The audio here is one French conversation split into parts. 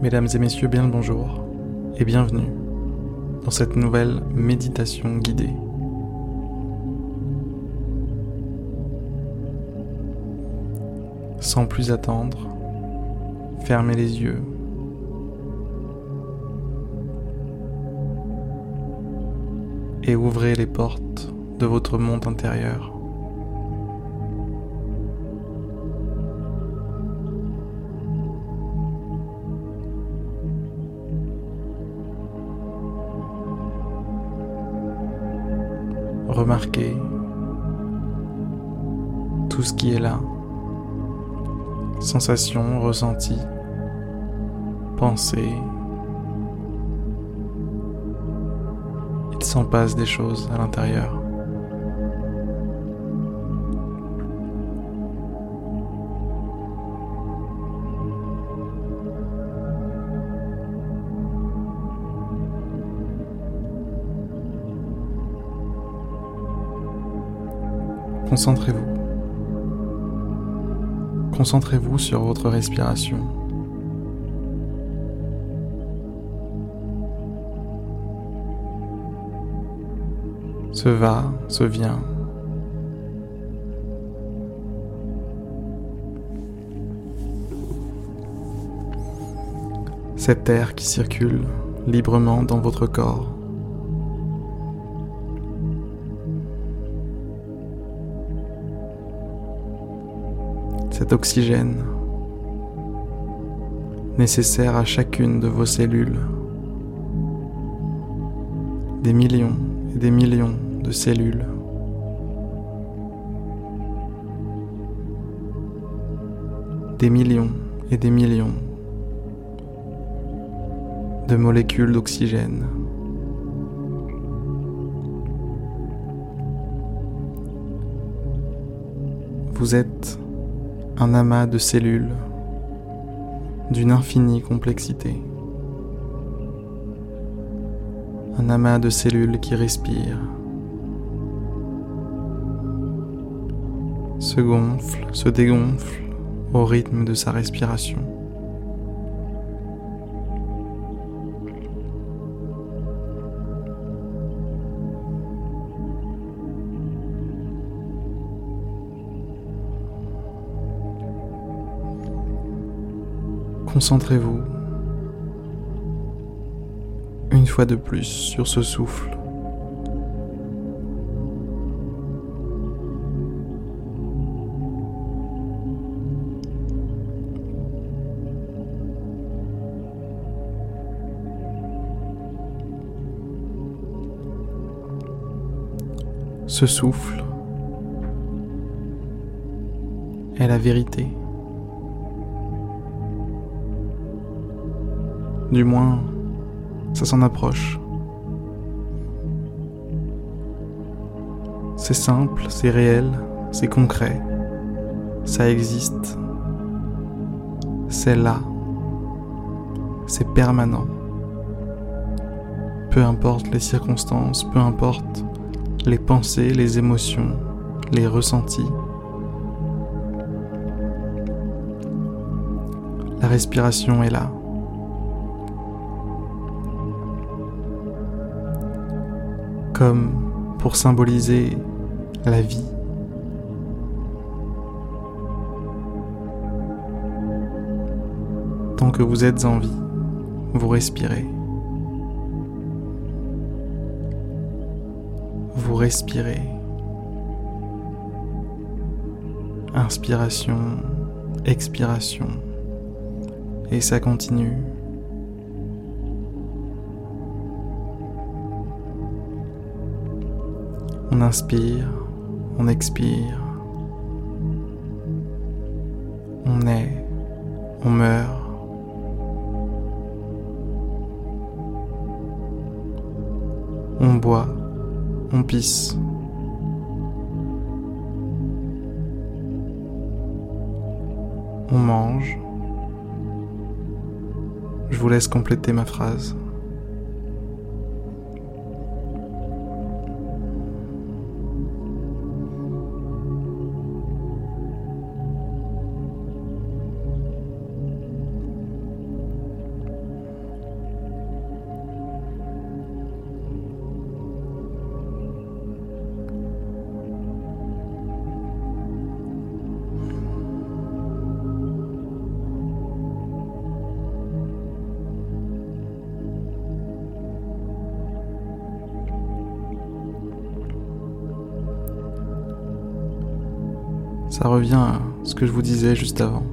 Mesdames et messieurs, bien le bonjour et bienvenue dans cette nouvelle méditation guidée. Sans plus attendre, fermez les yeux. Et ouvrez les portes de votre monde intérieur. Remarquez tout ce qui est là, sensations, ressentis, pensées. Il s'en passe des choses à l'intérieur. Concentrez-vous. Concentrez-vous sur votre respiration. Ce va, ce vient. Cet air qui circule librement dans votre corps. Cet oxygène nécessaire à chacune de vos cellules. Des millions et des millions de cellules. Des millions et des millions de molécules d'oxygène. Vous êtes un amas de cellules d'une infinie complexité. Un amas de cellules qui respire, se gonfle, se dégonfle au rythme de sa respiration. Concentrez-vous une fois de plus sur ce souffle. Ce souffle est la vérité. Du moins, ça s'en approche. C'est simple, c'est réel, c'est concret. Ça existe. C'est là. C'est permanent. Peu importe les circonstances, peu importe les pensées, les émotions, les ressentis. La respiration est là. Comme pour symboliser la vie. Tant que vous êtes en vie, vous respirez. Vous respirez. Inspiration, expiration. Et ça continue. On inspire, on expire, on naît, on meurt, on boit, on pisse, on mange. Je vous laisse compléter ma phrase. Ça revient à ce que je vous disais juste avant.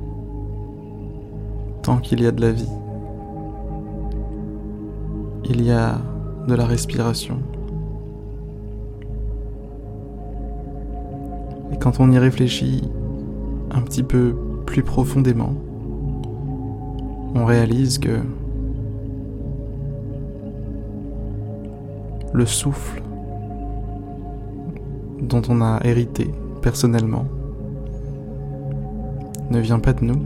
Tant qu'il y a de la vie, il y a de la respiration. Et quand on y réfléchit un petit peu plus profondément, on réalise que le souffle dont on a hérité personnellement ne vient pas de nous.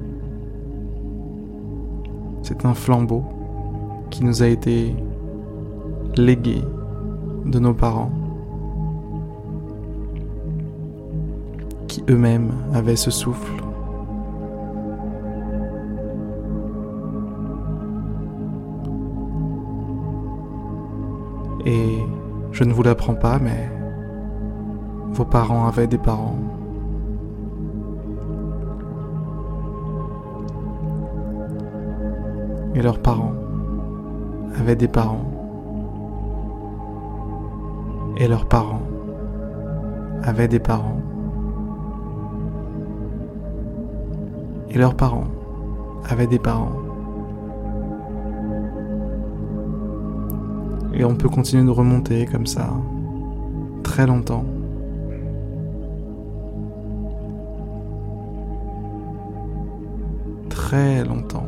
C'est un flambeau qui nous a été légué de nos parents, qui eux-mêmes avaient ce souffle. Et je ne vous l'apprends pas, mais vos parents avaient des parents. Et leurs parents avaient des parents. Et leurs parents avaient des parents. Et leurs parents avaient des parents. Et on peut continuer de remonter comme ça, très longtemps. Très longtemps.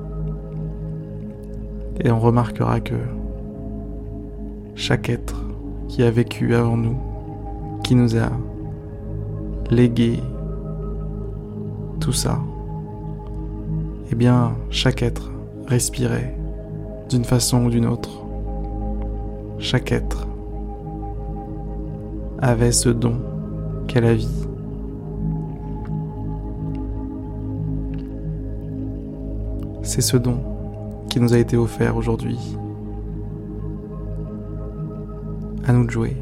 Et on remarquera que chaque être qui a vécu avant nous, qui nous a légué tout ça, eh bien, chaque être respirait d'une façon ou d'une autre. Chaque être avait ce don qu'est la vie. C'est ce don qui nous a été offert aujourd'hui. À nous de jouer.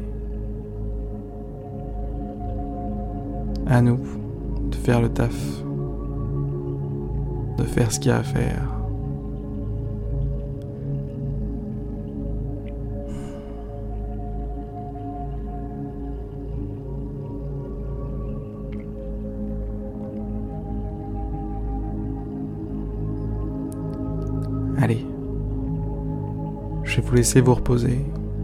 À nous de faire le taf. De faire ce qu'il y a à faire. Allez, je vais vous laisser vous reposer,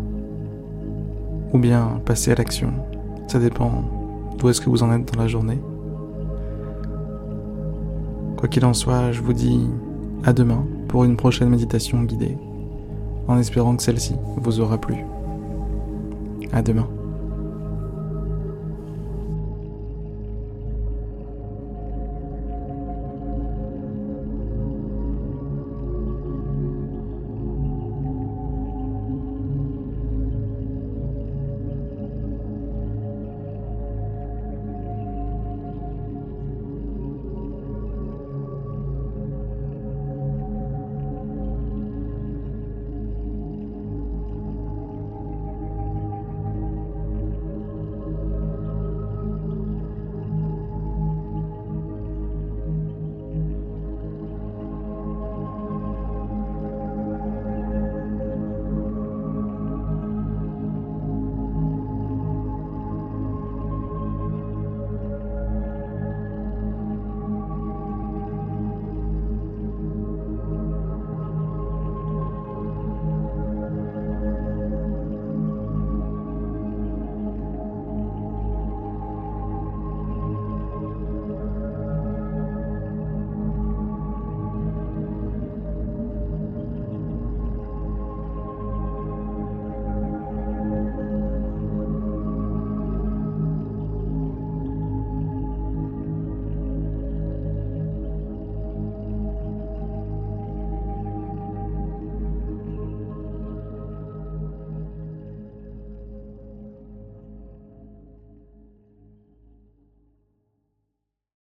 ou bien passer à l'action, ça dépend d'où est-ce que vous en êtes dans la journée. Quoi qu'il en soit, je vous dis à demain pour une prochaine méditation guidée, en espérant que celle-ci vous aura plu. À demain.